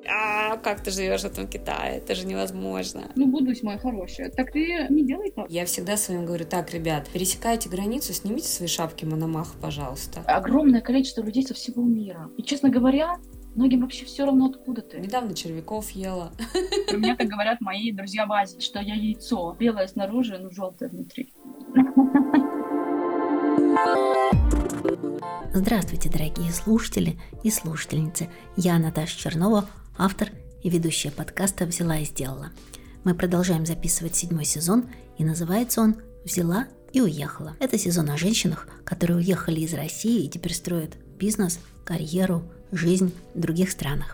как ты живешь в этом Китае, это же невозможно. Будущее мое хорошее, так ты не делай так. Я всегда своим говорю: так, ребят, пересекайте границу, снимите свои шапки Мономах, пожалуйста. Огромное количество людей со всего мира. И, честно говоря, многим вообще все равно, откуда ты. Недавно червяков ела. У меня, как говорят мои друзья в Азии, что я яйцо. Белое снаружи, но желтое внутри. Здравствуйте, дорогие слушатели и слушательницы. Я Наташа Чернова, автор и ведущая подкаста «Взяла и сделала». Мы продолжаем записывать 7-й сезон, и называется он «Взяла и уехала». Это сезон о женщинах, которые уехали из России и теперь строят бизнес, карьеру, жизнь в других странах.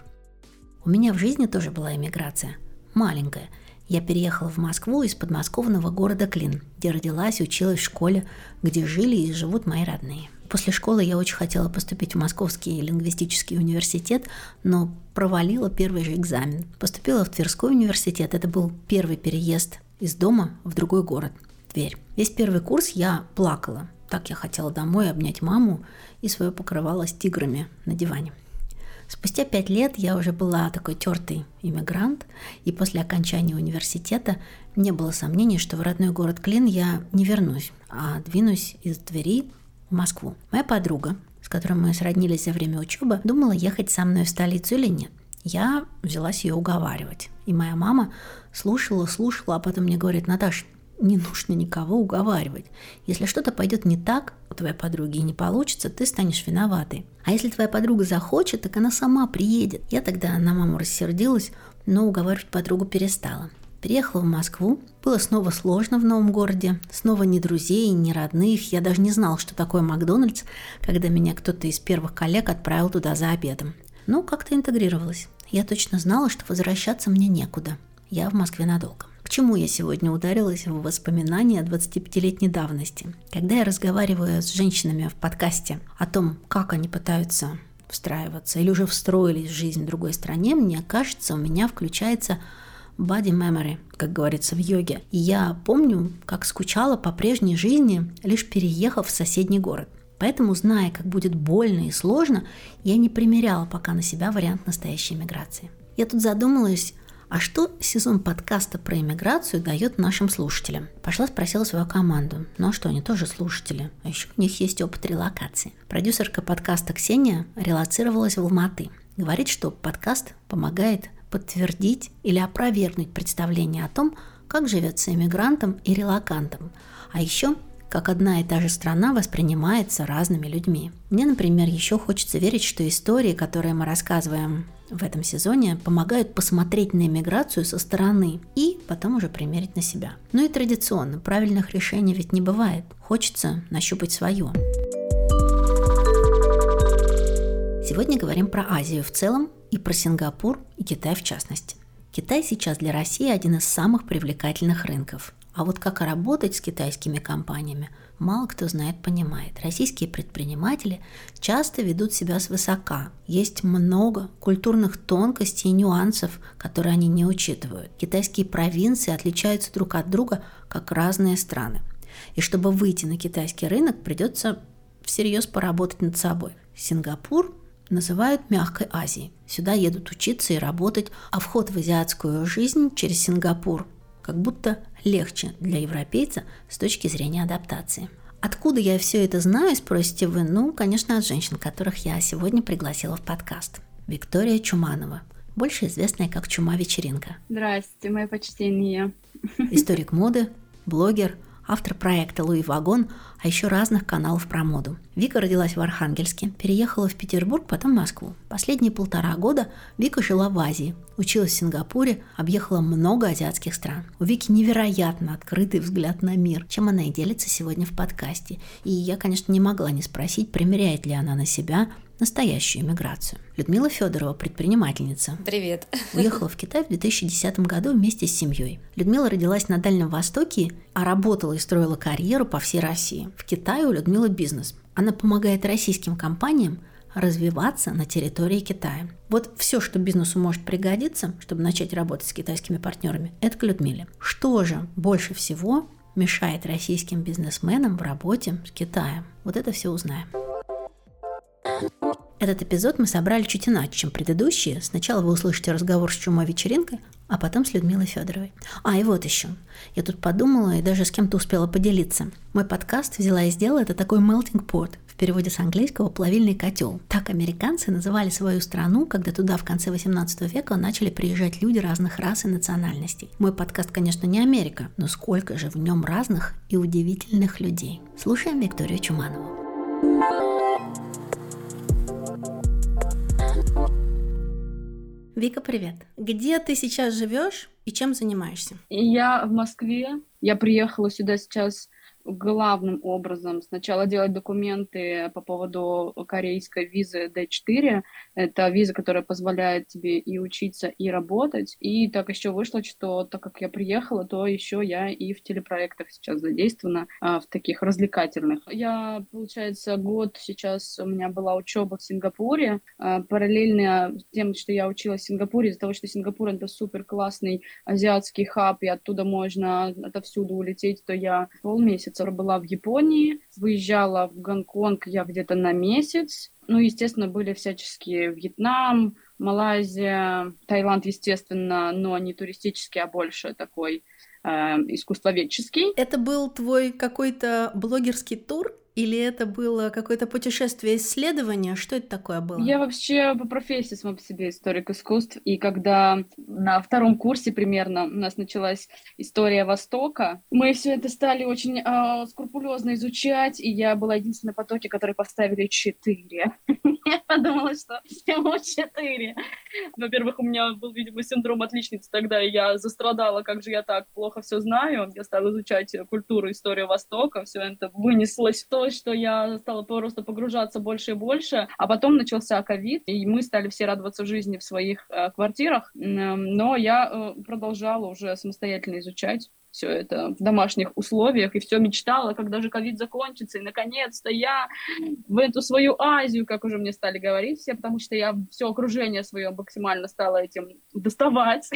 У меня в жизни тоже была эмиграция. Маленькая. Я переехала в Москву из подмосковного города Клин, где родилась и училась в школе, где жили и живут мои родные. После школы я очень хотела поступить в Московский лингвистический университет, но провалила первый же экзамен. Поступила в Тверской университет. Это был первый переезд из дома в другой город, Тверь. Весь первый курс я плакала. Так я хотела домой обнять маму и свое покрывало с тиграми на диване. Спустя 5 лет я уже была такой тертый иммигрант, и после окончания университета не было сомнений, что в родной город Клин я не вернусь, а двинусь из Твери в Москву. Моя подруга, с которой мы сроднились за время учебы, думала, ехать со мной в столицу или нет. Я взялась ее уговаривать, и моя мама слушала, а потом мне говорит: Наташ, не нужно никого уговаривать. Если что-то пойдет не так у твоей подруги и не получится, ты станешь виноватой. А если твоя подруга захочет, так она сама приедет. Я тогда на маму рассердилась, но уговаривать подругу перестала. Переехала в Москву. Было снова сложно в новом городе. Снова ни друзей, ни родных. Я даже не знала, что такое Макдональдс, когда меня кто-то из первых коллег отправил туда за обедом. Но как-то интегрировалась. Я точно знала, что возвращаться мне некуда. Я в Москве надолго. К чему я сегодня ударилась в воспоминания 25-летней давности? Когда я разговариваю с женщинами в подкасте о том, как они пытаются встраиваться или уже встроились в жизнь в другой стране, мне кажется, у меня включается body memory, как говорится в йоге. И я помню, как скучала по прежней жизни, лишь переехав в соседний город. Поэтому, зная, как будет больно и сложно, я не примеряла пока на себя вариант настоящей миграции. Я тут задумалась, а что сезон подкаста про иммиграцию дает нашим слушателям? Пошла спросила свою команду. Ну а что, они тоже слушатели. А еще у них есть опыт релокации. Продюсерка подкаста Ксения релоцировалась в Алматы. Говорит, что подкаст помогает подтвердить или опровергнуть представление о том, как живется иммигрантам и релокантам. А еще как одна и та же страна воспринимается разными людьми. Мне, например, еще хочется верить, что истории, которые мы рассказываем в этом сезоне, помогают посмотреть на иммиграцию со стороны и потом уже примерить на себя. Ну и традиционно, правильных решений ведь не бывает. Хочется нащупать свое. Сегодня говорим про Азию в целом и про Сингапур и Китай в частности. Китай сейчас для России один из самых привлекательных рынков. А вот как работать с китайскими компаниями, мало кто знает, понимает. Российские предприниматели часто ведут себя свысока. Есть много культурных тонкостей и нюансов, которые они не учитывают. Китайские провинции отличаются друг от друга, как разные страны. И чтобы выйти на китайский рынок, придется всерьез поработать над собой. Сингапур называют мягкой Азией. Сюда едут учиться и работать, а вход в азиатскую жизнь через Сингапур как будто легче для европейца с точки зрения адаптации. Откуда я все это знаю, спросите вы? Ну, конечно, от женщин, которых я сегодня пригласила в подкаст. Виктория Чуманова, больше известная как Чума-вечеринка. Здрасте, мои почтения. Историк моды, блогер, автор проекта «Луи Вагон», а еще разных каналов про моду. Вика родилась в Архангельске, переехала в Петербург, потом в Москву. Последние 1,5 года Вика жила в Азии, училась в Сингапуре, объехала много азиатских стран. У Вики невероятно открытый взгляд на мир, чем она и делится сегодня в подкасте. И я, конечно, не могла не спросить, примеряет ли она на себя настоящую иммиграцию. Людмила Федорова, предпринимательница. Привет. Уехала в Китай в 2010 году вместе с семьей. Людмила родилась на Дальнем Востоке, а работала и строила карьеру по всей России. В Китае у Людмилы бизнес. Она помогает российским компаниям развиваться на территории Китая. Вот все, что бизнесу может пригодиться, чтобы начать работать с китайскими партнерами, это к Людмиле. Что же больше всего мешает российским бизнесменам в работе с Китаем? Вот это все узнаем. Этот эпизод мы собрали чуть иначе, чем предыдущие. Сначала вы услышите разговор с чумой-вечеринкой, а потом с Людмилой Федоровой. И вот еще. Я тут подумала и даже с кем-то успела поделиться. Мой подкаст «Взяла и сделала» — это такой melting pot, в переводе с английского «плавильный котел». Так американцы называли свою страну, когда туда в конце 18 века начали приезжать люди разных рас и национальностей. Мой подкаст, конечно, не Америка, но сколько же в нем разных и удивительных людей. Слушаем Викторию Чуманову. Вика, привет. Где ты сейчас живешь и чем занимаешься? Я в Москве. Я приехала сюда сейчас главным образом сначала делать документы по поводу корейской визы D4. Это виза, которая позволяет тебе и учиться, и работать. И так еще вышло, что так как я приехала, то еще я и в телепроектах сейчас задействована, в таких развлекательных. Я, получается, год сейчас у меня была учеба в Сингапуре. Параллельно с тем, что я училась в Сингапуре, из-за того, что Сингапур — это супер классный азиатский хаб, и оттуда можно отовсюду улететь, то я полмесяца была в Японии, выезжала в Гонконг я где-то на месяц. Ну, естественно, были всяческие Вьетнам, Малайзия, Таиланд, естественно, но не туристический, а больше такой искусствоведческий. Это был твой какой-то блогерский тур? Или это было какое-то путешествие-исследование? Что это такое было? Я вообще по профессии сама по себе историк искусств. И когда на втором курсе примерно у нас началась история Востока, мы все это стали очень скрупулезно изучать. И я была единственной в потоке, которой поставили 4. Я подумала, что всего 4. Во-первых, у меня был, видимо, синдром отличницы тогда, и я застрадала, как же я так плохо все знаю. Я стала изучать культуру, историю Востока, все это вынеслось в то, что я стала просто погружаться больше и больше. А потом начался ковид, и мы стали все радоваться жизни в своих квартирах, но я продолжала уже самостоятельно изучать все это в домашних условиях, и все мечтала, когда же ковид закончится, и наконец-то я в эту свою Азию, как уже мне стали говорить все, потому что я все окружение свое максимально стала этим доставать.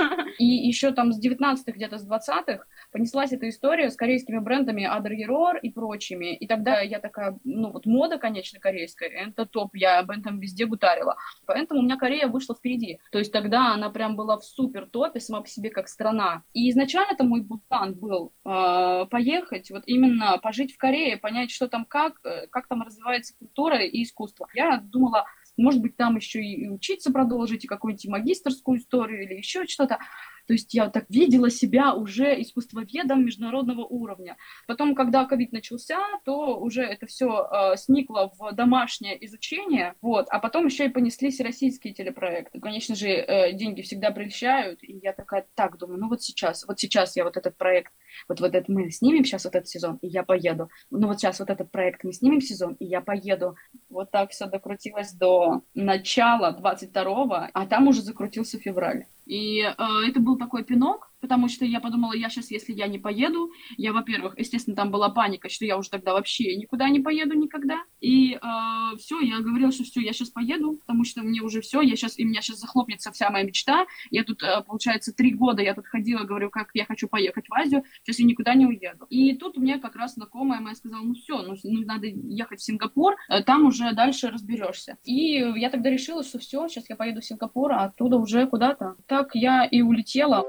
И еще там с 19-х, где-то с 20-х понеслась эта история с корейскими брендами Adler Error и прочими. И тогда я такая, мода, конечно, корейская, это топ, я об этом везде гутарила. Поэтому у меня Корея вышла впереди. То есть тогда она прям была в супер топе сама по себе как страна. И изначально это мой план был поехать, вот именно пожить в Корее, понять, что там как там развивается культура и искусство. Я думала, может быть, там еще и учиться продолжить, и какую-нибудь магистерскую историю или еще что-то. То есть я так видела себя уже искусствоведом международного уровня. Потом, когда ковид начался, то уже это все сникло в домашнее изучение, а потом еще и понеслись российские телепроекты. Конечно же, деньги всегда прельщают, и я такая, думаю, вот сейчас я вот этот проект, вот этот мы снимем сейчас вот этот сезон, и я поеду. Вот сейчас вот этот проект мы снимем сезон, и я поеду. Вот так все докрутилось до начала 22-го, а там уже закрутился февраль. И это был такой пинок, потому что я подумала, я сейчас, если я не поеду, я, во-первых, естественно, там была паника, что я уже тогда вообще никуда не поеду никогда. И все, я говорила, что все, я сейчас поеду, потому что мне уже все, и у меня сейчас захлопнется вся моя мечта. Я тут, получается, 3 года я тут ходила, говорю, как я хочу поехать в Азию, сейчас я никуда не уеду. И тут у меня как раз знакомая моя сказала, надо ехать в Сингапур, там уже дальше разберешься. И я тогда решила, что все, сейчас я поеду в Сингапур, а оттуда уже куда-то. Так я и улетела.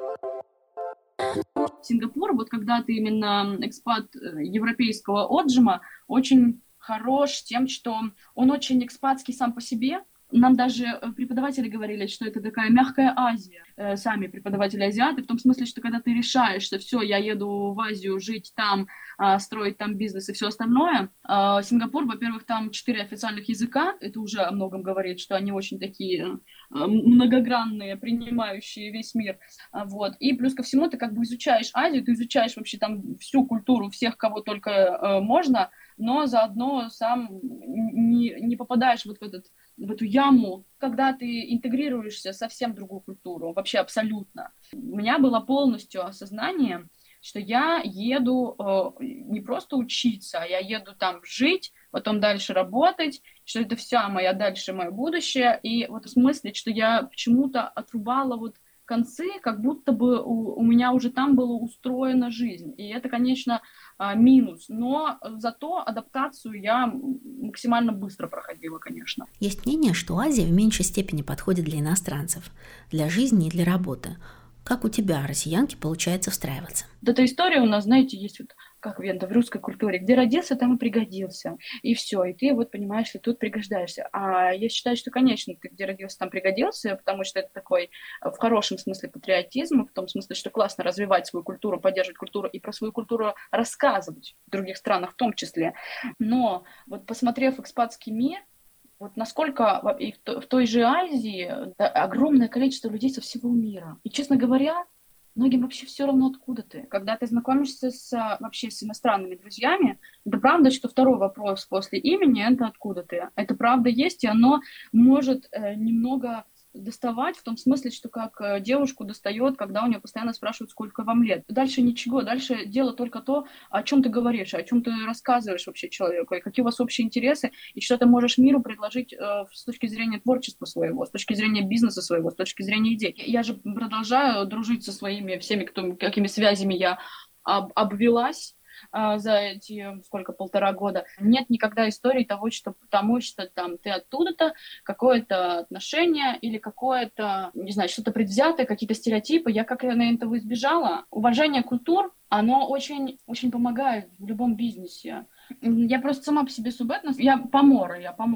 Сингапур, вот когда ты именно экспат европейского отжима, очень хорош тем, что он очень экспатский сам по себе. Нам даже преподаватели говорили, что это такая мягкая Азия. Сами преподаватели азиаты, в том смысле, что когда ты решаешь, что все, я еду в Азию жить там, строить там бизнес и все остальное. Сингапур, во-первых, там 4 официальных языка, это уже о многом говорит, что они очень такие многогранные, принимающие весь мир. И плюс ко всему ты как бы изучаешь Азию, ты изучаешь вообще там всю культуру всех, кого только можно, но заодно сам не попадаешь вот в эту яму, когда ты интегрируешься в совсем другую культуру, вообще абсолютно. У меня было полностью осознание, что я еду не просто учиться, а я еду там жить, потом дальше работать, что это вся моя дальше мое будущее. И вот в смысле, что я почему-то отрубала концы, как будто бы у меня уже там была устроена жизнь. И это, конечно, минус. Но зато адаптацию я максимально быстро проходила, конечно. Есть мнение, что Азия в меньшей степени подходит для иностранцев, для жизни и для работы. Как у тебя, россиянки, получается встраиваться? Вот эта история у нас, знаете, есть вот как в русской культуре, где родился, там и пригодился. И все, и ты вот понимаешь, что тут пригождаешься. А я считаю, что, конечно, ты где родился, там пригодился, потому что это такой в хорошем смысле патриотизм, в том смысле, что классно развивать свою культуру, поддерживать культуру и про свою культуру рассказывать в других странах в том числе. Но вот посмотрев экспатский мир, вот насколько в той же Азии огромное количество людей со всего мира. И, честно говоря, многим вообще все равно, откуда ты. Когда ты знакомишься вообще с иностранными друзьями, это правда, что второй вопрос после имени — это откуда ты. Это правда есть, и оно может немного доставать в том смысле, что как девушку достает, когда у нее постоянно спрашивают, сколько вам лет. Дальше ничего, дальше дело только то, о чем ты говоришь, о чем ты рассказываешь вообще человеку, и какие у вас общие интересы, и что ты можешь миру предложить с точки зрения творчества своего, с точки зрения бизнеса своего, с точки зрения идей. Я же продолжаю дружить со своими всеми, какими связями я обвелась за эти, полтора года. Нет никогда истории того, что потому что там ты оттуда-то, какое-то отношение или какое-то, не знаю, что-то предвзятое, какие-то стереотипы. Я как на этого избежала. Уважение культур, оно очень, очень помогает в любом бизнесе. Я просто сама по себе субэтнос. Я помор.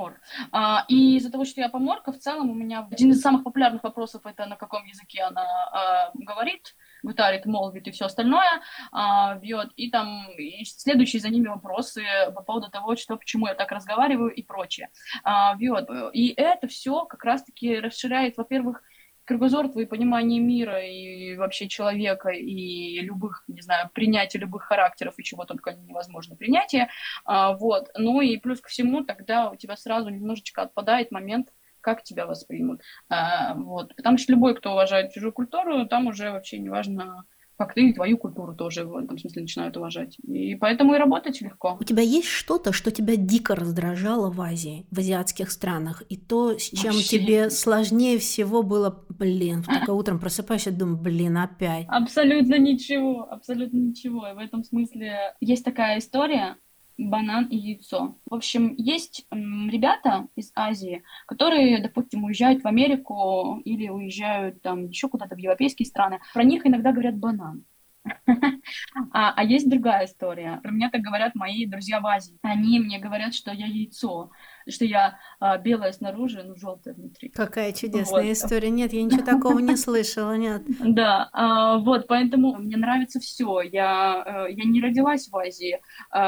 И из-за того, что я поморка, в целом у меня один из самых популярных вопросов — это на каком языке она говорит, гутарит, молвит и все остальное, бьет. И там и следующие за ними вопросы по поводу того, почему я так разговариваю и прочее. Бьет. И это все как раз-таки расширяет, во-первых, кругозор твой, понимание мира и вообще человека, и любых, не знаю, принятия любых характеров, и чего только невозможно принятие. Вот. Ну и плюс ко всему, тогда у тебя сразу немножечко отпадает момент, как тебя воспримут. Вот. Потому что любой, кто уважает чужую культуру, там уже вообще не важно, как ты, и твою культуру тоже в этом смысле начинают уважать. И поэтому и работать легко. У тебя есть что-то, что тебя дико раздражало в Азии, в азиатских странах? И то, с чем Вообще тебе сложнее всего было, только утром просыпаешься и думаю, опять. Абсолютно ничего. И в этом смысле есть такая история: банан и яйцо. В общем, есть ребята из Азии, которые, допустим, уезжают в Америку или уезжают там еще куда-то в европейские страны. Про них иногда говорят банан. А есть другая история. Про меня так говорят мои друзья в Азии. Они мне говорят, что я яйцо, что я белая снаружи, но желтая внутри. Какая чудесная история. Нет, я ничего такого не слышала, нет. Да, вот, поэтому мне нравится все. Я не родилась в Азии,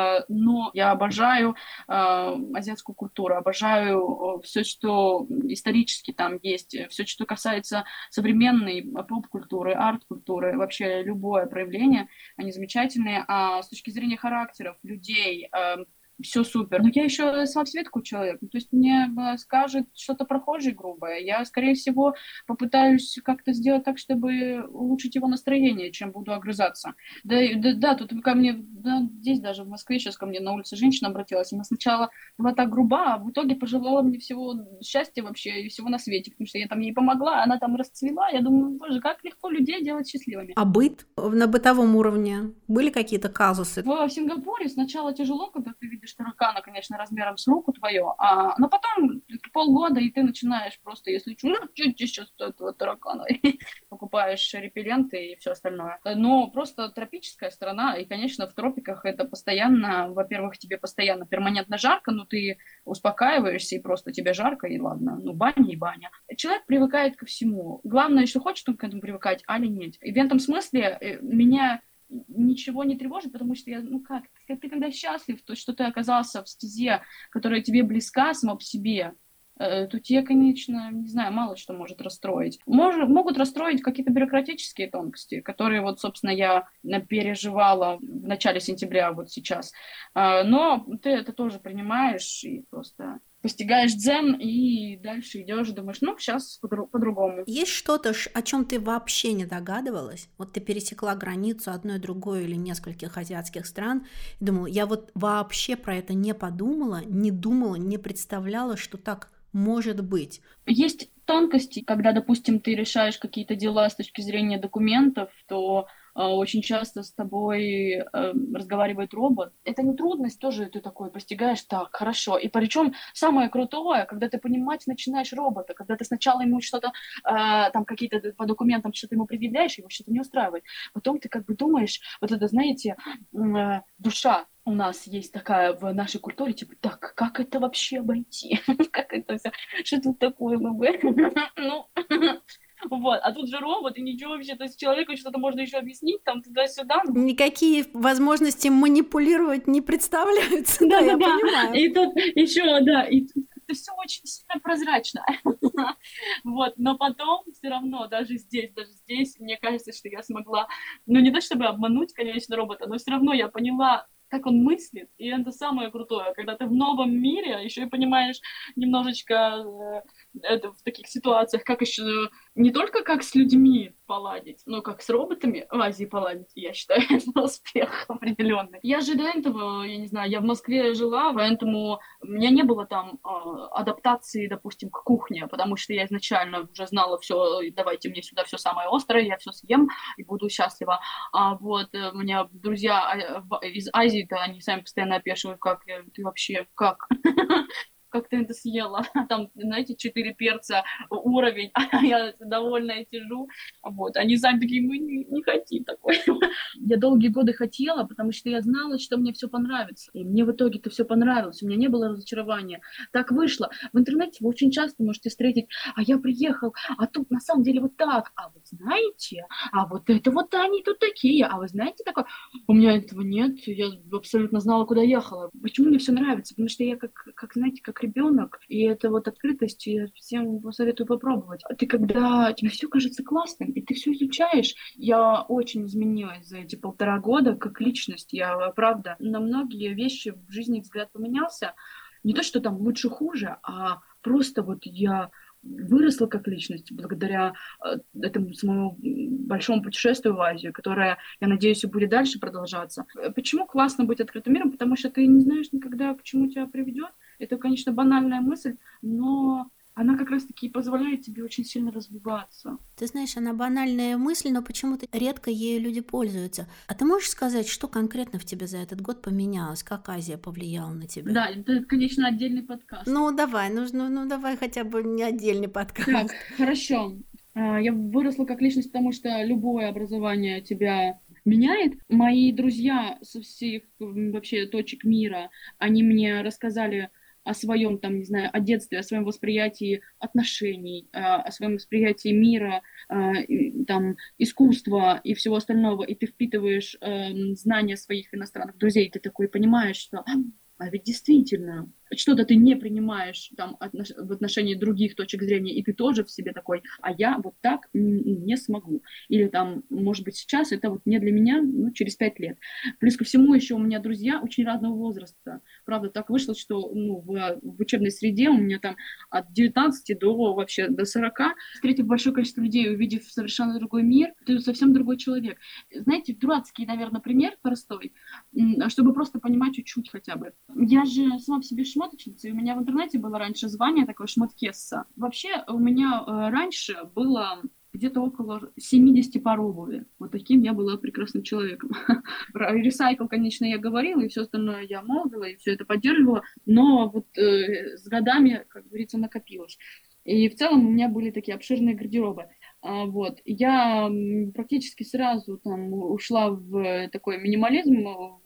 но я обожаю азиатскую культуру, обожаю все, что исторически там есть, все, что касается современной поп-культуры, арт-культуры, вообще любое проявление, они замечательные. А с точки зрения характеров, людей, все супер. Но я еще сама по себе такой человек. То есть мне скажет что-то прохожее грубое. Я, скорее всего, попытаюсь как-то сделать так, чтобы улучшить его настроение, чем буду огрызаться. Да, тут ко мне, здесь даже в Москве сейчас ко мне на улице женщина обратилась. Она сначала была так груба, а в итоге пожелала мне всего счастья вообще и всего на свете, потому что я там ей помогла, она там расцвела. Я думаю, боже, как легко людей делать счастливыми. А быт на бытовом уровне? Были какие-то казусы? В Сингапуре сначала тяжело, когда ты видишь таракана, конечно, размером с руку твою, но потом полгода, и ты начинаешь просто, если что сейчас этого таракана, покупаешь репелленты и все остальное. Но просто тропическая страна, и, конечно, в тропиках это постоянно, во-первых, тебе постоянно перманентно жарко, но ты успокаиваешься, и просто тебе жарко, и ладно, баня и баня. Человек привыкает ко всему. Главное, что хочет он к этому привыкать, а ли нет. И в этом смысле меня ничего не тревожит, потому что я, ты когда счастлив, то, что ты оказался в стезе, которая тебе близка сама по себе, то тебе, конечно, не знаю, мало что может расстроить. Могут расстроить какие-то бюрократические тонкости, которые, собственно, я переживала в начале сентября, сейчас. Но ты это тоже принимаешь и просто постигаешь дзен и дальше идешь, думаешь, сейчас по-другому. Есть что-то, о чем ты вообще не догадывалась? Вот ты пересекла границу одной, другой или нескольких азиатских стран и думала, я вообще про это не подумала, не думала, не представляла, что так может быть. Есть тонкостей. Когда, допустим, ты решаешь какие-то дела с точки зрения документов, то очень часто с тобой разговаривает робот. Это не трудность, тоже ты такой постигаешь, так, хорошо. И причем самое крутое, когда ты понимать начинаешь робота, когда ты сначала ему что-то, там какие-то по документам что-то ему предъявляешь, его что-то не устраивает. Потом ты как бы думаешь, вот это, знаете, душа у нас есть такая в нашей культуре, типа, так, как это вообще обойти? Как это все? Что тут такое? Ну, вот, а тут же робот, и ничего вообще, то есть человеку что-то можно еще объяснить, там, туда-сюда. Никакие возможности манипулировать не представляются, да, я понимаю. И тут еще, да, и тут это все очень сильно прозрачно. Вот, но потом все равно, даже здесь, мне кажется, что я смогла, ну, не то чтобы обмануть, конечно, робота, но все равно я поняла, как он мыслит, и это самое крутое, когда ты в новом мире еще и понимаешь немножечко это в таких ситуациях, как еще не только как с людьми поладить, но как с роботами в Азии поладить, я считаю, это успех определенный. Я же до этого, я не знаю, я в Москве жила, поэтому у меня не было там адаптации, допустим, к кухне, потому что я изначально уже знала все, давайте мне сюда все самое острое, я все съем и буду счастлива. А вот у меня друзья из Азии-то, они сами постоянно опешивают, как ты вообще, как? Как ты это съела? Там, знаете, 4 перца уровень, а я довольная сижу. Вот. Они сами такие, мы не хотим такой. Я долгие годы хотела, потому что я знала, что мне все понравится. И мне в итоге-то все понравилось. У меня не было разочарования. Так вышло. В интернете вы очень часто можете встретить, а я приехал, а тут на самом деле вот так. А вот знаете, а вот это вот они тут такие. А вы знаете такое? У меня этого нет. Я абсолютно знала, куда ехала. Почему мне все нравится? Потому что я как знаете, как ребенок, и это вот открытость, я всем советую попробовать. Ты когда тебе все кажется классным, и ты все изучаешь, я очень изменилась за эти 1,5 года как личность. Я, правда, на многие вещи в жизни взгляд поменялся. Не то, что там лучше-хуже, а просто вот я выросла как личность благодаря этому самому большому путешествию в Азию, которое, я надеюсь, и будет дальше продолжаться. Почему классно быть открытым миром? Потому что ты не знаешь никогда, к чему тебя приведет. Это, конечно, банальная мысль, но она как раз-таки позволяет тебе очень сильно развиваться. Ты знаешь, она банальная мысль, но почему-то редко ею люди пользуются. А ты можешь сказать, что конкретно в тебе за этот год поменялось? Как Азия повлияла на тебя? Да, это, конечно, отдельный подкаст. Ну, давай, давай хотя бы не отдельный подкаст. Так, хорошо. Я выросла как личность, потому что любое образование тебя меняет. Мои друзья со всех вообще точек мира, они мне рассказали о своем, там, не знаю, о детстве, о своем восприятии отношений, о своем восприятии мира, там, искусства и всего остального, и ты впитываешь знания своих иностранных друзей, и ты такой понимаешь, что а ведь действительно, что-то ты не принимаешь там в отношении других точек зрения, и ты тоже в себе такой, а я вот так не смогу. Или там, может быть, сейчас это вот не для меня, ну, через 5 лет. Плюс ко всему еще у меня друзья очень разного возраста. Правда, так вышло, что ну, в учебной среде у меня там от 19 до 40. Встретив большое количество людей, увидев совершенно другой мир, ты совсем другой человек. Знаете, дурацкий, наверное, пример простой, чтобы просто понимать чуть-чуть хотя бы. Я же сама по себе шмоточница, и у меня в интернете было раньше звание такое шмоткесса. Вообще у меня раньше было где-то около 70 пар обуви. Вот таким я была прекрасным человеком. Про ресайкл, конечно, я говорила, и все остальное я молвила, и все это поддерживала, но вот с годами, как говорится, накопилось. И в целом у меня были такие обширные гардеробы. Вот. Я практически сразу там ушла в такой минимализм,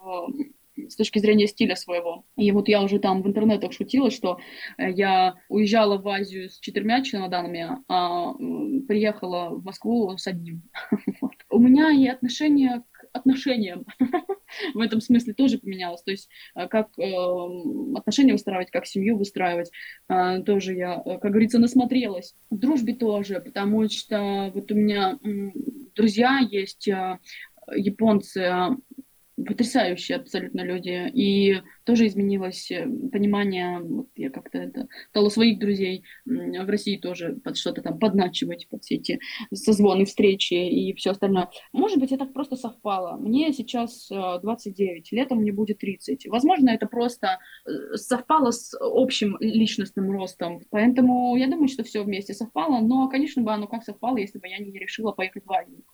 с точки зрения стиля своего. И вот я уже там в интернетах шутила, что я уезжала в Азию с 4 чемоданами, а приехала в Москву с 1. Вот. У меня и отношение к отношениям в этом смысле тоже поменялось. То есть как отношения выстраивать, как семью выстраивать, тоже я, как говорится, насмотрелась. В дружбе тоже, потому что вот у меня друзья есть японцы, потрясающие абсолютно люди. И тоже изменилось понимание, вот я как-то это стала своих друзей в России тоже под что-то там подначивать, под все эти созвоны, встречи и все остальное. Может быть, это просто совпало. Мне сейчас 29, летом мне будет 30. Возможно, это просто совпало с общим личностным ростом. Поэтому я думаю, что все вместе совпало. Но, конечно, бы оно как совпало, если бы я не решила поехать в Азию.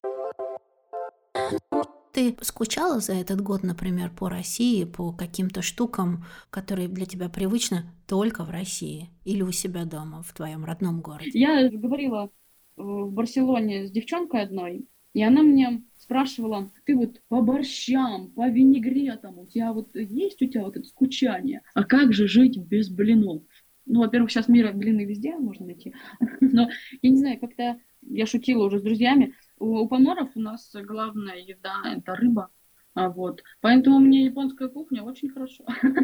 Ты скучала за этот год, например, по России, по каким-то штукам, которые для тебя привычны только в России или у себя дома, в твоем родном городе? Я говорила в Барселоне с девчонкой одной, и она мне спрашивала: ты вот по борщам, по винегретам, у тебя вот есть вот это скучание? А как же жить без блинов? Ну, во-первых, сейчас мира блины везде можно найти, но я не знаю, как-то я шутила уже с друзьями. У поморов у нас главная еда – это рыба. Вот. Поэтому мне японская кухня очень хорошо.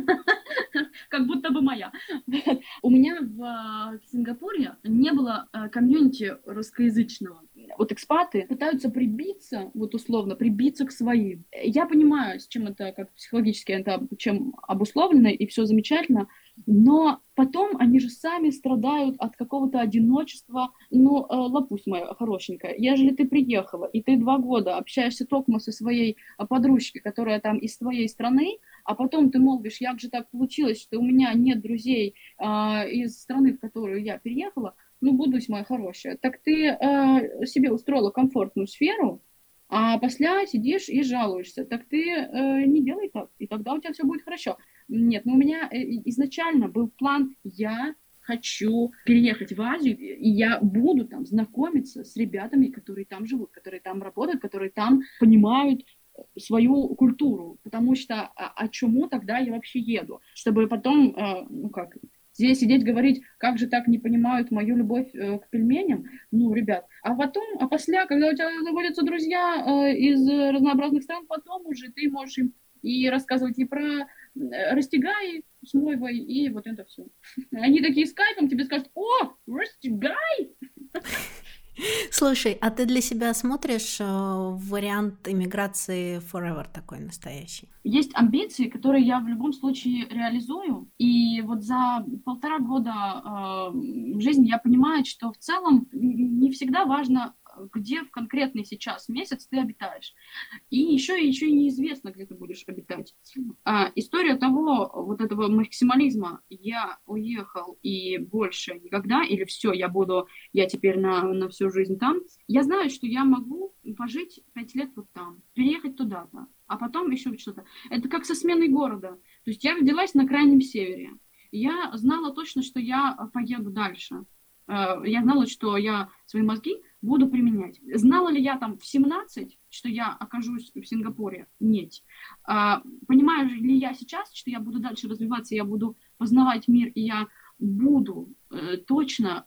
Как будто бы моя. У меня в Сингапуре не было комьюнити русскоязычного. Вот экспаты пытаются прибиться, вот условно, прибиться к своим. Я понимаю, с чем это, как психологически это чем обусловлено, и все замечательно, но потом они же сами страдают от какого-то одиночества. Ну, лапусь моя хорошенькая, ежели ты приехала, и ты 2 года общаешься только со своей подружкой, которая там из твоей страны, а потом ты молвишь: як же так получилось, что у меня нет друзей из страны, в которую я переехала, ну, будусь моя хорошая, так ты себе устроила комфортную сферу, а после сидишь и жалуешься, так ты не делай так, и тогда у тебя все будет хорошо. Нет, но у меня изначально был план: я хочу переехать в Азию, и я буду там знакомиться с ребятами, которые там живут, которые там работают, которые там понимают свою культуру, потому что а чему тогда я вообще еду? Чтобы потом, здесь сидеть говорить, как же так не понимают мою любовь к пельменям? Ну, ребят, после, когда у тебя заводятся друзья из разнообразных стран, потом уже ты можешь им и рассказывать и про растягай с мойвой, и вот это все. Они такие с кайфом тебе скажут: о, растягай! Слушай, а ты для себя смотришь вариант иммиграции forever такой настоящий? Есть амбиции, которые я в любом случае реализую. И вот за 1,5 года жизни я понимаю, что в целом не всегда важно, где в конкретный сейчас месяц ты обитаешь. И еще и неизвестно, где ты будешь обитать. История того, вот этого максимализма: я уехал и больше никогда, или все, я теперь на всю жизнь там. Я знаю, что я могу пожить 5 лет вот там, переехать туда-то, а потом еще что-то. Это как со сменой города. То есть я родилась на крайнем севере. Я знала точно, что я поеду дальше. Я знала, что я свои мозги буду применять. Знала ли я там в 17, что я окажусь в Сингапуре? Нет. Понимаю ли я сейчас, что я буду дальше развиваться, я буду познавать мир, и я буду точно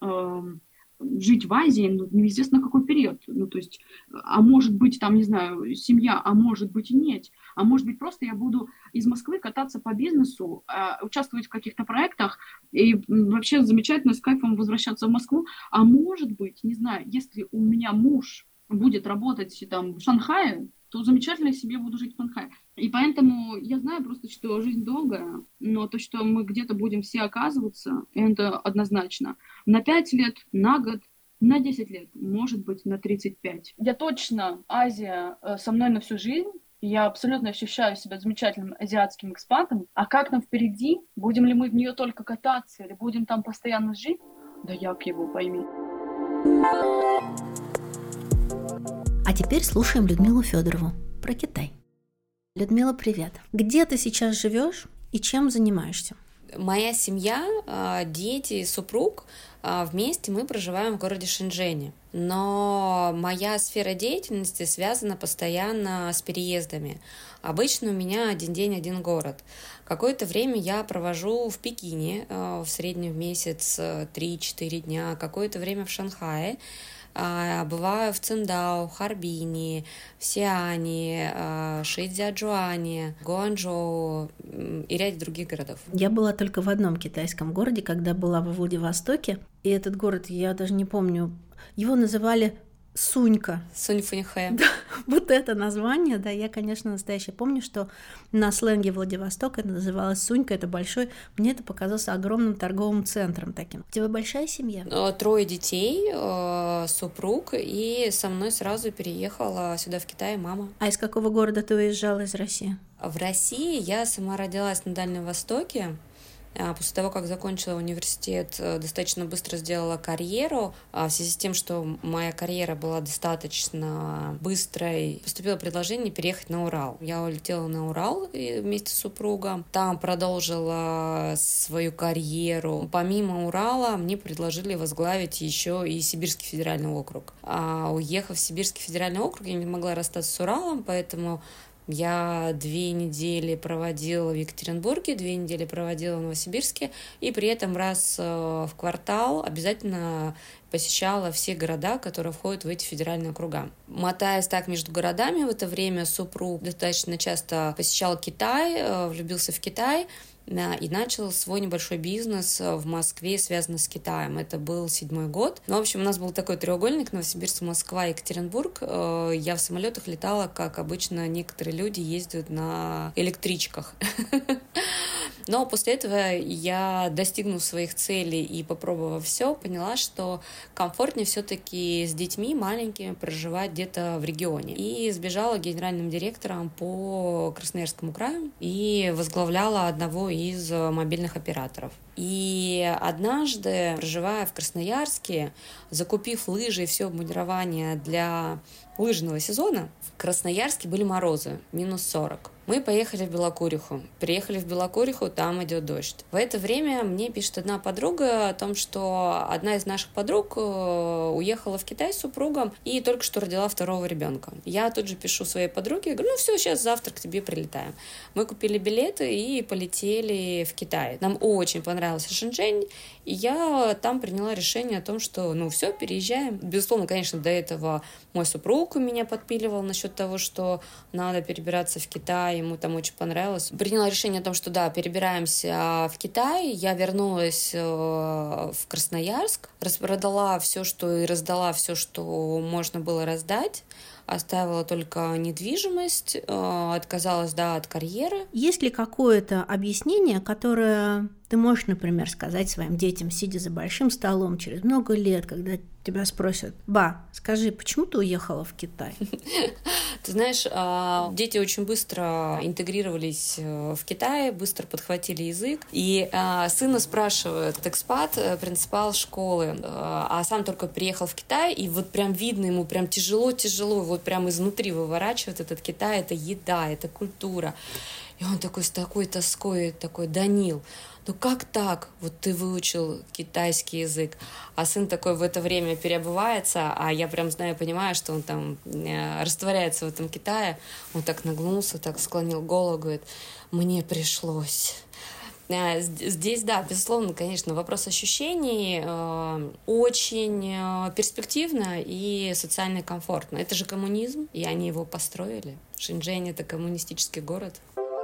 жить в Азии, но неизвестно какой период. Ну, то есть, а может быть, там, не знаю, семья, а может быть и нет. А может быть, просто я буду из Москвы кататься по бизнесу, участвовать в каких-то проектах и вообще замечательно с кайфом возвращаться в Москву. А может быть, не знаю, если у меня муж будет работать там в Шанхае, то замечательно себе буду жить в Шанхае. И поэтому я знаю просто, что жизнь долгая, но то, что мы где-то будем все оказываться, это однозначно. На 5 лет, на год, на 10 лет, может быть, на 35. Я точно, Азия со мной на всю жизнь. Я абсолютно ощущаю себя замечательным азиатским экспатом. А как нам впереди? Будем ли мы в нее только кататься или будем там постоянно жить? Да як его пойми. А теперь слушаем Людмилу Федорову про Китай. Людмила, привет. Где ты сейчас живешь и чем занимаешься? Моя семья, дети и супруг, вместе мы проживаем в городе Шэньчжэне. Но моя сфера деятельности связана постоянно с переездами. Обычно у меня один день, один город. Какое-то время я провожу в Пекине, в среднем в месяц 3-4 дня, какое-то время в Шанхае. Бываю в Циндао, Харбине, в Сиане, Шицзячжуане, Гуанчжоу и ряде других городов. Я была только в одном китайском городе, когда была во Владивостоке. И этот город, я даже не помню, его называли Сунька. Сунь Фэньхэ. Да, вот это название, да, я, конечно, настоящее. Помню, что на сленге Владивостока это называлось Сунька, это большой, мне это показалось огромным торговым центром таким. У тебя большая семья? 3 детей, супруг, и со мной сразу переехала сюда, в Китай, мама. А из какого города ты уезжала из России? В России я сама родилась на Дальнем Востоке. После того, как закончила университет, достаточно быстро сделала карьеру. В связи с тем, что моя карьера была достаточно быстрой, поступило предложение переехать на Урал. Я улетела на Урал вместе с супругом. Там продолжила свою карьеру. Помимо Урала, мне предложили возглавить еще и Сибирский федеральный округ. Уехав в Сибирский федеральный округ, я не могла расстаться с Уралом, поэтому я 2 недели проводила в Екатеринбурге, 2 недели проводила в Новосибирске, и при этом раз в квартал обязательно посещала все города, которые входят в эти федеральные округа. Мотаясь так между городами, в это время супруг достаточно часто посещал Китай, влюбился в Китай, и начал свой небольшой бизнес в Москве, связанный с Китаем. Это был 7-й год. Ну, в общем, у нас был такой треугольник: Новосибирск, Москва, Екатеринбург. Я в самолетах летала, как обычно некоторые люди ездят на электричках. Но после этого я, достигнув своих целей и попробовав все, поняла, что комфортнее все-таки с детьми маленькими проживать где-то в регионе. И сбежала генеральным директором по Красноярскому краю и возглавляла одного из мобильных операторов. И однажды, проживая в Красноярске, закупив лыжи и все обмундирование для лыжного сезона, в Красноярске были морозы, -40. Мы поехали в Белокуриху. Приехали в Белокуриху, там идет дождь. В это время мне пишет одна подруга о том, что одна из наших подруг уехала в Китай с супругом и только что родила 2-го ребенка. Я тут же пишу своей подруге, говорю: ну все, сейчас завтра к тебе прилетаем. Мы купили билеты и полетели в Китай. Нам очень понравился Шэньчжэнь, и я там приняла решение о том, что ну все, переезжаем. Безусловно, конечно, до этого мой супруг меня подпиливал насчет того, что надо перебираться в Китай, ему там очень понравилось. Приняла решение о том, что да, перебираемся в Китай. Я вернулась в Красноярск, распродала все, что и раздала все, что можно было раздать. Оставила только недвижимость, отказалась, да, от карьеры. Есть ли какое-то объяснение, которое ты можешь, например, сказать своим детям, сидя за большим столом через много лет, когда тебя спросят: «Ба, скажи, почему ты уехала в Китай?» Ты знаешь, дети очень быстро интегрировались в Китае, быстро подхватили язык. И сына спрашивает экспат, принципал школы, а сам только приехал в Китай, и вот прям видно ему, прям тяжело, вот прям изнутри выворачивает этот Китай, это еда, это культура. И он такой с такой тоской, такой: «Данил, ну как так? Вот ты выучил китайский язык». А сын такой в это время переобувается, а я прям знаю, понимаю, что он там растворяется в этом Китае. Он так нагнулся, так склонил голову, говорит: «Мне пришлось». Здесь, да, безусловно, конечно, вопрос ощущений очень перспективно и социально комфортно. Это же коммунизм, и они его построили. Шэньчжэнь — это коммунистический город.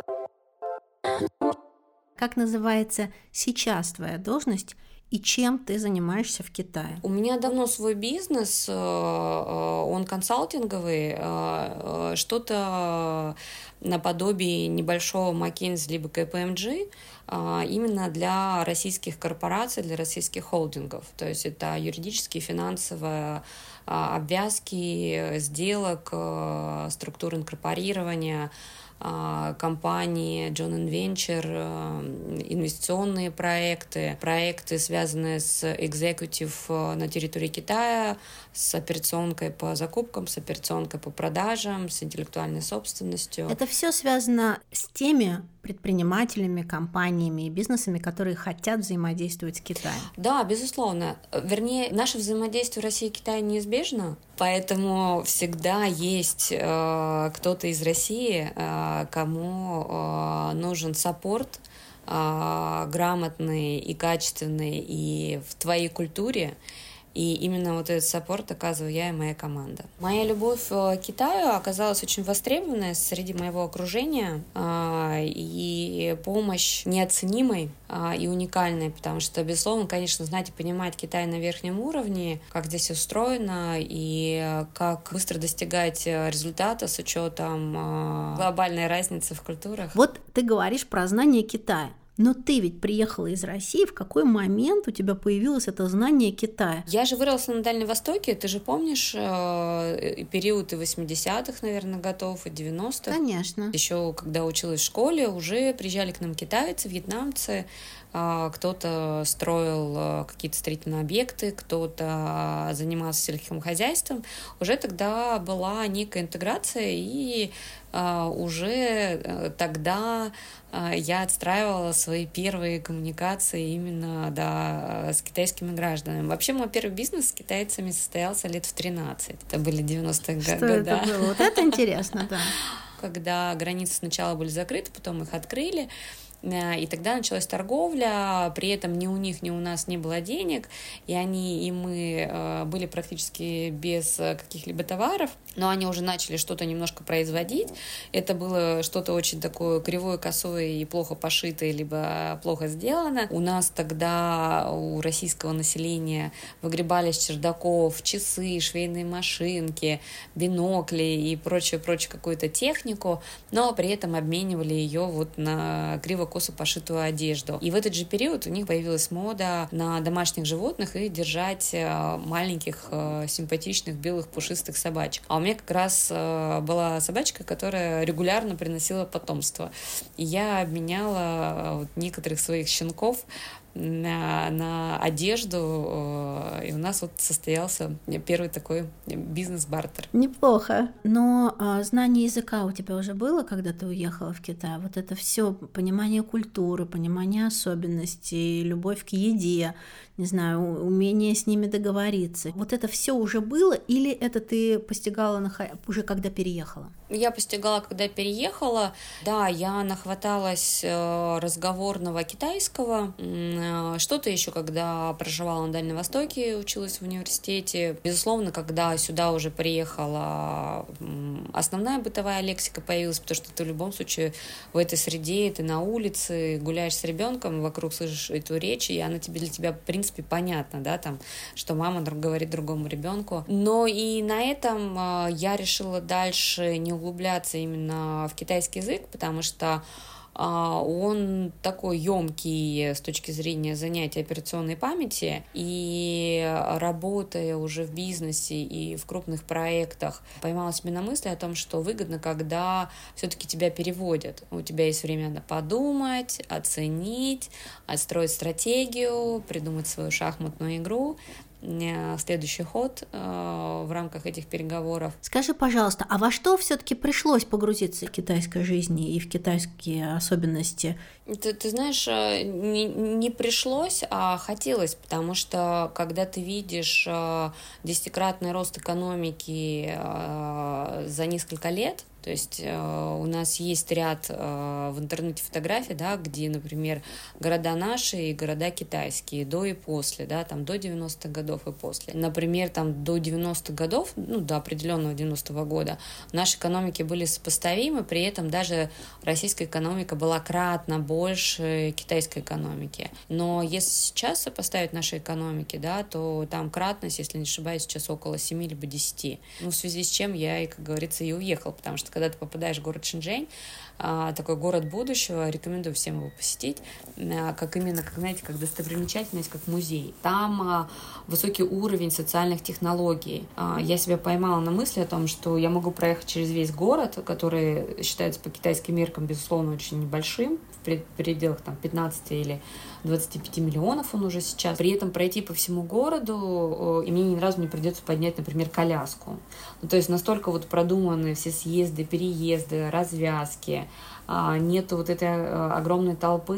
Как называется сейчас твоя должность и чем ты занимаешься в Китае? У меня давно свой бизнес, он консалтинговый, что-то наподобие небольшого McKinsey либо KPMG, именно для российских корпораций, для российских холдингов. То есть это юридические, финансовые обвязки сделок, структуры инкорпорирования, компании John & Venture, инвестиционные проекты, связанные с экзекутив на территории Китая, с операционкой по закупкам, с операционкой по продажам, с интеллектуальной собственностью. Это все связано с теми предпринимателями, компаниями и бизнесами, которые хотят взаимодействовать с Китаем. Да, безусловно. Вернее, наше взаимодействие России и Китая неизбежно, поэтому всегда есть кто-то из России, кому нужен саппорт грамотный и качественный и в твоей культуре. И именно вот этот саппорт оказываю я и моя команда. Моя любовь к Китаю оказалась очень востребованной среди моего окружения. и помощь неоценимой и уникальной, потому что, безусловно, конечно, знать и понимать Китай на верхнем уровне, как здесь устроено и как быстро достигать результата с учетом глобальной разницы в культурах. Вот ты говоришь про знание Китая. Но ты ведь приехала из России, в какой момент у тебя появилось это знание Китая? Я же выросла на Дальнем Востоке, ты же помнишь период и 80-х, наверное, годов, и 90-х? Конечно. Еще когда училась в школе, уже приезжали к нам китайцы, вьетнамцы, кто-то строил какие-то строительные объекты, кто-то занимался сельским хозяйством. Уже тогда была некая интеграция, и уже тогда я отстраивала свои первые коммуникации именно с китайскими гражданами. Вообще мой первый бизнес с китайцами состоялся лет в 13. Это были 90-е годы. Что это было? Вот это интересно, да. Когда границы сначала были закрыты, потом их открыли. И тогда началась торговля, при этом ни у них, ни у нас не было денег, и мы были практически без каких-либо товаров, но они уже начали что-то немножко производить. Это было что-то очень такое кривое, косое и плохо пошитое, либо плохо сделано. У нас тогда, у российского населения, выгребали с чердаков часы, швейные машинки, бинокли и прочую какую-то технику, но при этом обменивали ее вот на криво-косо пошитую одежду. И в этот же период у них появилась мода на домашних животных и держать маленьких симпатичных белых пушистых собачек. А у меня как раз была собачка, которая регулярно приносила потомство. И я обменяла некоторых своих щенков на одежду, и у нас вот состоялся первый такой бизнес-бартер. Неплохо. Но знание языка у тебя уже было, когда ты уехала в Китай? Вот это все понимание культуры, понимание особенностей, любовь к еде, не знаю, умение с ними договориться. Вот это все уже было, или это ты постигала уже когда переехала? Я постигала, когда переехала. Да, я нахваталась разговорного китайского. Что-то еще, когда проживала на Дальнем Востоке, училась в университете. Безусловно, когда сюда уже приехала, основная бытовая лексика появилась, потому что ты в любом случае в этой среде, ты на улице, гуляешь с ребенком, вокруг слышишь эту речь, и она для тебя, в принципе, понятна, да, там, что мама говорит другому ребенку. Но и на этом я решила дальше не углубляться именно в китайский язык, потому что он такой емкий с точки зрения занятия операционной памяти, и работая уже в бизнесе и в крупных проектах, поймала себя на мысли о том, что выгодно, когда все-таки тебя переводят. У тебя есть время на подумать, оценить, отстроить стратегию, придумать свою шахматную игру, следующий ход в рамках этих переговоров. Скажи, пожалуйста, а во что все-таки пришлось погрузиться в китайской жизни и в китайские особенности? Ты знаешь, не пришлось, а хотелось, потому что когда ты видишь 10-кратный рост экономики за несколько лет, то есть у нас есть ряд в интернете фотографий, да, где, например, города наши и города китайские, до и после, да, там до 90-х годов и после. Например, там до 90-х годов, до определенного 90-го года, наши экономики были сопоставимы, при этом даже российская экономика была кратно больше китайской экономики. Но если сейчас сопоставить наши экономики, да, то там кратность, если не ошибаюсь, сейчас около 7 либо 10. В связи с чем я, как говорится, и уехала, потому что когда ты попадаешь в город Шэньчжэнь, такой город будущего, рекомендую всем его посетить, как знаете, как достопримечательность, как музей. Там высокий уровень социальных технологий. Я себя поймала на мысли о том, что я могу проехать через весь город, который считается по китайским меркам, безусловно, очень небольшим, в пределах 15 или 25 миллионов он уже сейчас. При этом пройти по всему городу, и мне ни разу не придется поднять, например, коляску. То есть настолько продуманы все съезды, переезды, развязки, нету этой огромной толпы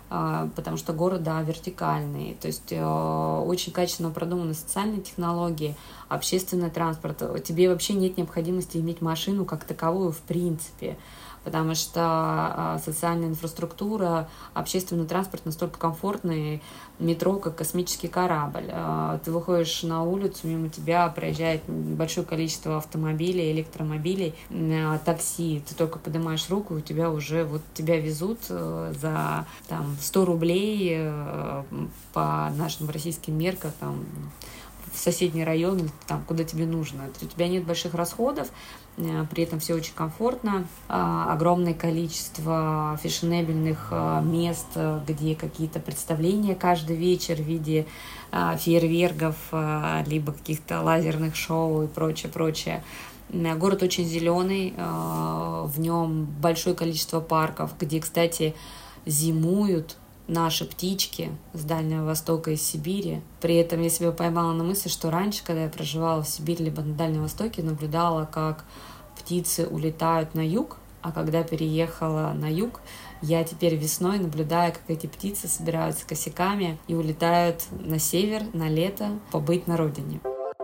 потому что город, да, вертикальный, то есть очень качественно продуманы социальные технологии, общественный транспорт. Тебе вообще нет необходимости иметь машину как таковую в принципе, потому что социальная инфраструктура, общественный транспорт настолько комфортный, метро как космический корабль. Ты выходишь на улицу, мимо тебя проезжает большое количество автомобилей, электромобилей, такси. Ты только поднимаешь руку, и у тебя уже тебя везут за 100 рублей по нашим российским меркам в соседний район, куда тебе нужно. У тебя нет больших расходов, при этом все очень комфортно. Огромное количество фешенебельных мест, где какие-то представления каждый вечер в виде фейерверков, либо каких-то лазерных шоу и прочее. Город очень зеленый, в нем большое количество парков, где, кстати, зимуют наши птички с Дальнего Востока и Сибири. При этом я себя поймала на мысли, что раньше, когда я проживала в Сибири либо на Дальнем Востоке, наблюдала, как птицы улетают на юг, а когда переехала на юг, я теперь весной наблюдаю, как эти птицы собираются косяками и улетают на север, на лето, побыть на родине.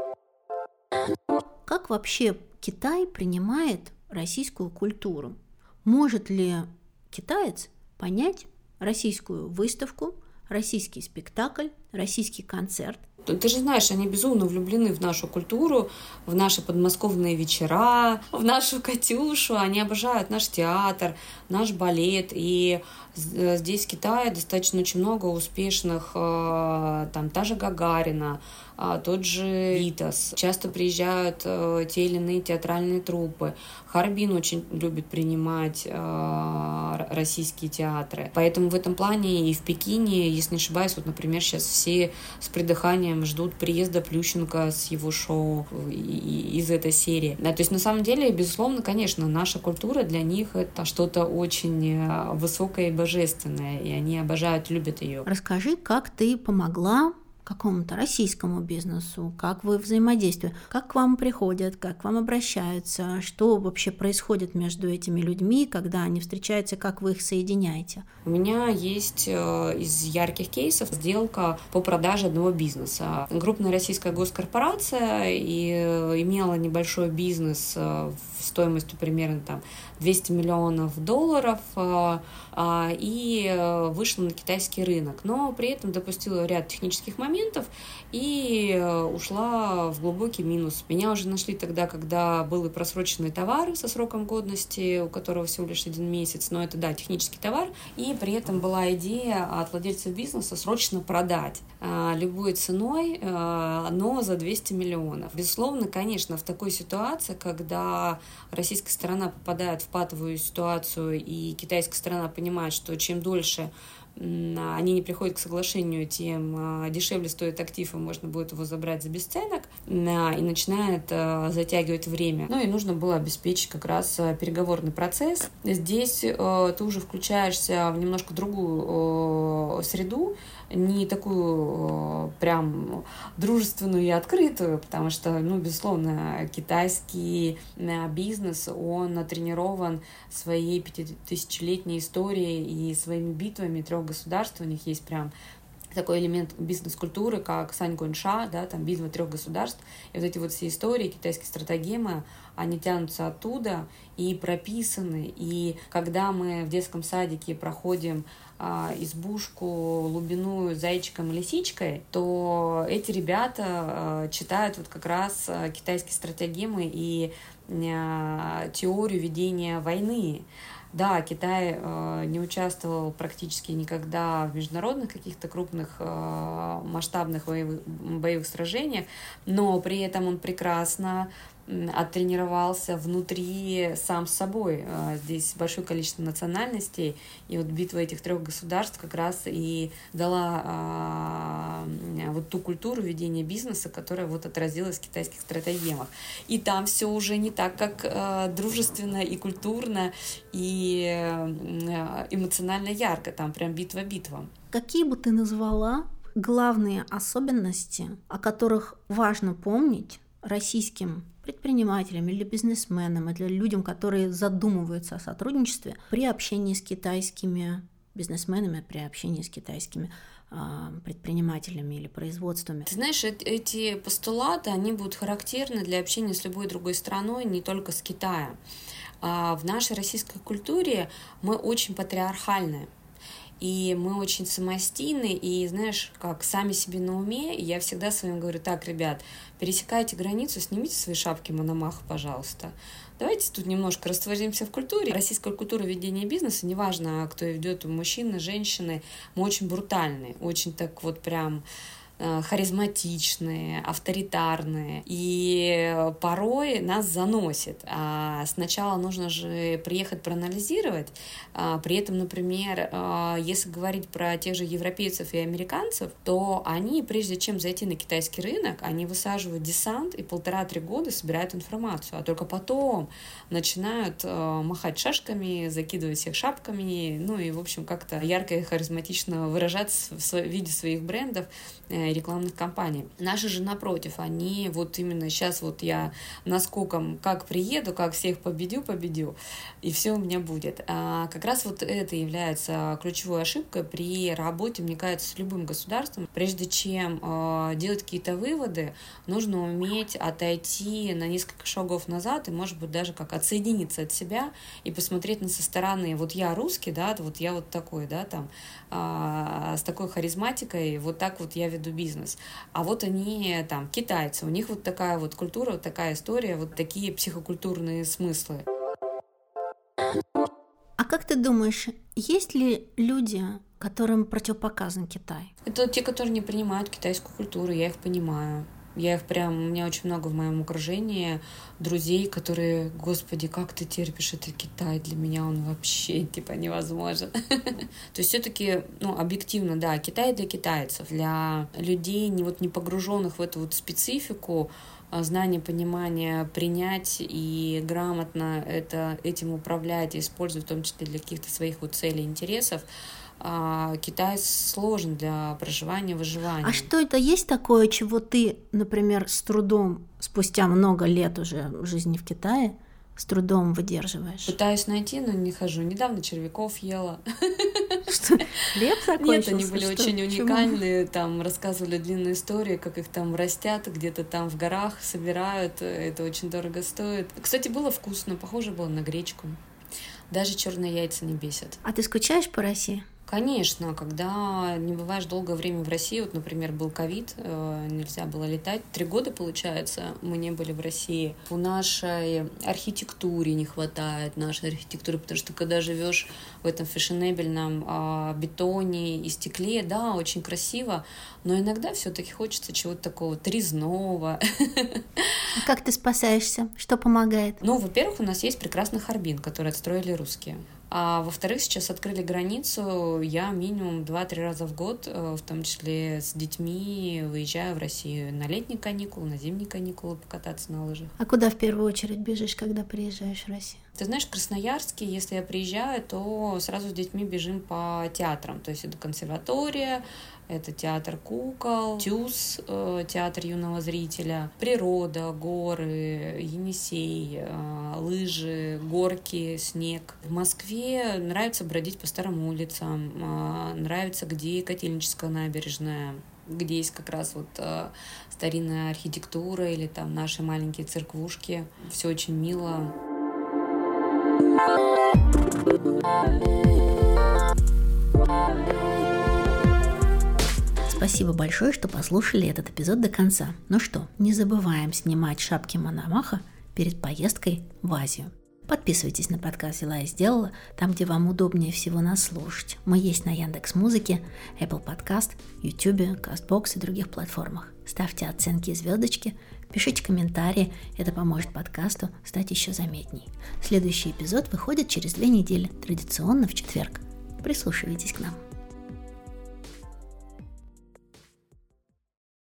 Как вообще Китай принимает российскую культуру? Может ли китаец понять российскую выставку, российский спектакль, российский концерт? Ты же знаешь, они безумно влюблены в нашу культуру, в наши подмосковные вечера, в нашу Катюшу. Они обожают наш театр, наш балет. И здесь, в Китае, достаточно очень много успешных, та же Гагарина, тот же Витас. Часто приезжают те или иные театральные труппы. Харбин очень любит принимать российские театры. Поэтому в этом плане и в Пекине, если не ошибаюсь, например, сейчас все с придыханием ждут приезда Плющенко с его шоу из этой серии. То есть, на самом деле, безусловно, конечно, наша культура для них это что-то очень высокое и божественное, и они обожают, любят ее. Расскажи, как ты помогла какому-то российскому бизнесу, как вы взаимодействуете, как к вам приходят, как к вам обращаются, что вообще происходит между этими людьми, когда они встречаются, как вы их соединяете? У меня есть из ярких кейсов сделка по продаже одного бизнеса. Крупная российская госкорпорация и имела небольшой бизнес стоимостью примерно $200 миллионов и вышла на китайский рынок, но при этом допустила ряд технических моментов и ушла в глубокий минус. Меня уже нашли тогда, когда был и просроченный товар со сроком годности, у которого всего лишь 1 месяц, но это, да, технический товар, и при этом была идея от владельцев бизнеса срочно продать любой ценой, но за 200 миллионов. Безусловно, конечно, в такой ситуации, когда российская сторона попадает в патовую ситуацию, и китайская сторона понимает, что чем дольше они не приходят к соглашению, тем дешевле стоит актив, и можно будет его забрать за бесценок, и начинает затягивать время. И нужно было обеспечить как раз переговорный процесс. Здесь ты уже включаешься в немножко другую среду, не такую прям дружественную и открытую, потому что, безусловно, китайский бизнес, он натренирован своей 5000-летней историей и своими битвами 3 государств. У них есть прям такой элемент бизнес-культуры, как Саньгонша, да, там битва 3 государств. И вот эти все истории, китайские стратегемы, они тянутся оттуда и прописаны. И когда мы в детском садике проходим избушку лубиную зайчиком и лисичкой, то эти ребята читают как раз китайские стратегемы и теорию ведения войны. Да, Китай не участвовал практически никогда в международных каких-то крупных масштабных боевых сражениях, но при этом он прекрасно оттренировался внутри сам с собой. Здесь большое количество национальностей, и битва этих 3 государств как раз и дала ту культуру ведения бизнеса, которая отразилась в китайских стратегемах. И там все уже не так, как дружественно и культурно, и эмоционально ярко. Там прям битва-битва. Какие бы ты назвала главные особенности, о которых важно помнить российским предпринимателям или бизнесменам, или людям, которые задумываются о сотрудничестве при общении с китайскими бизнесменами при общении с китайскими предпринимателями или производствами? Ты знаешь, эти постулаты, они будут характерны для общения с любой другой страной, не только с Китаем. В нашей российской культуре мы очень патриархальны. И мы очень самостийны, и, знаешь, как сами себе на уме, и я всегда своим говорю: так, ребят, пересекайте границу, снимите свои шапки Мономаха, пожалуйста. Давайте тут немножко растворимся в культуре. Российская культура ведения бизнеса, неважно, кто ее ведет, мужчины, женщины, мы очень брутальные, очень так вот прям харизматичные, авторитарные, и порой нас заносит. А сначала нужно же приехать проанализировать. При этом, например, если говорить про тех же европейцев и американцев, то они, прежде чем зайти на китайский рынок, они высаживают десант и 1,5-3 года собирают информацию, а только потом начинают махать шашками, закидывать всех шапками, ну и, в общем, как-то ярко и харизматично выражаться в виде своих брендов, рекламных кампаний. Наши же, напротив, они вот именно сейчас вот я наскоком как приеду, как всех победю, и все у меня будет. Как раз вот это является ключевой ошибкой при работе, мне кажется, с любым государством. Прежде чем делать какие-то выводы, нужно уметь отойти на несколько шагов назад и, может быть, даже как отсоединиться от себя и посмотреть со стороны. Вот я русский, да, вот я вот такой, да, там, с такой харизматикой, вот так вот я веду бизнес. А вот они там китайцы, у них вот такая вот культура, вот такая история, вот такие психокультурные смыслы. А как ты думаешь, есть ли люди, которым противопоказан Китай? Это те, которые не принимают китайскую культуру, я их понимаю. У меня очень много в моем окружении друзей, которые: господи, как ты терпишь этот Китай, для меня он вообще невозможен. То есть все-таки, объективно, да, Китай для китайцев, для людей, не погруженных в эту вот специфику, знание, понимание, принять и грамотно этим управлять и использовать, в том числе для каких-то своих вот целей, интересов. Китай сложен для проживания, выживания. А что это есть такое, чего ты, например, с трудом, спустя много лет уже жизни в Китае, с трудом выдерживаешь? Пытаюсь найти, но не хожу. Недавно червяков ела. Что, хлеб закончился? Нет, они были очень уникальные. Там рассказывали длинные истории, как их там растят, где-то там в горах собирают. Это очень дорого стоит. Кстати, было вкусно, похоже было на гречку. Даже черные яйца не бесят. А ты скучаешь по России? Конечно, когда не бываешь долгое время в России, вот, например, был ковид, нельзя было летать. 3 года, получается, мы не были в России. У нашей архитектуре не хватает, нашей архитектуры, потому что когда живешь в этом фешенебельном бетоне и стекле, да, очень красиво, но иногда все-таки хочется чего-то такого трезного. А как ты спасаешься? Что помогает? Во-первых, у нас есть прекрасный Харбин, который отстроили русские. А во-вторых, сейчас открыли границу, я минимум 2-3 раза в год, в том числе с детьми, выезжаю в Россию на летние каникулы, на зимние каникулы покататься на лыжах. А куда в первую очередь бежишь, когда приезжаешь в Россию? Ты знаешь, в Красноярске, если я приезжаю, то сразу с детьми бежим по театрам. То есть это консерватория, это театр кукол, ТЮЗ, театр юного зрителя, природа, горы, Енисей, лыжи, горки, снег. В Москве нравится бродить по старым улицам, нравится, где Котельническая набережная, где есть как раз вот старинная архитектура или там наши маленькие церквушки. Все очень мило. Спасибо большое, что послушали этот эпизод до конца. Ну что, не забываем снимать шапки Мономаха перед поездкой в Азию. Подписывайтесь на подкаст «Взяла и сделала», там, где вам удобнее всего нас слушать. Мы есть на Яндекс.Музыке, Apple Podcast, YouTube, CastBox и других платформах. Ставьте оценки и звездочки, пишите комментарии, это поможет подкасту стать еще заметней. Следующий эпизод выходит через 2 недели, традиционно в четверг. Прислушивайтесь к нам.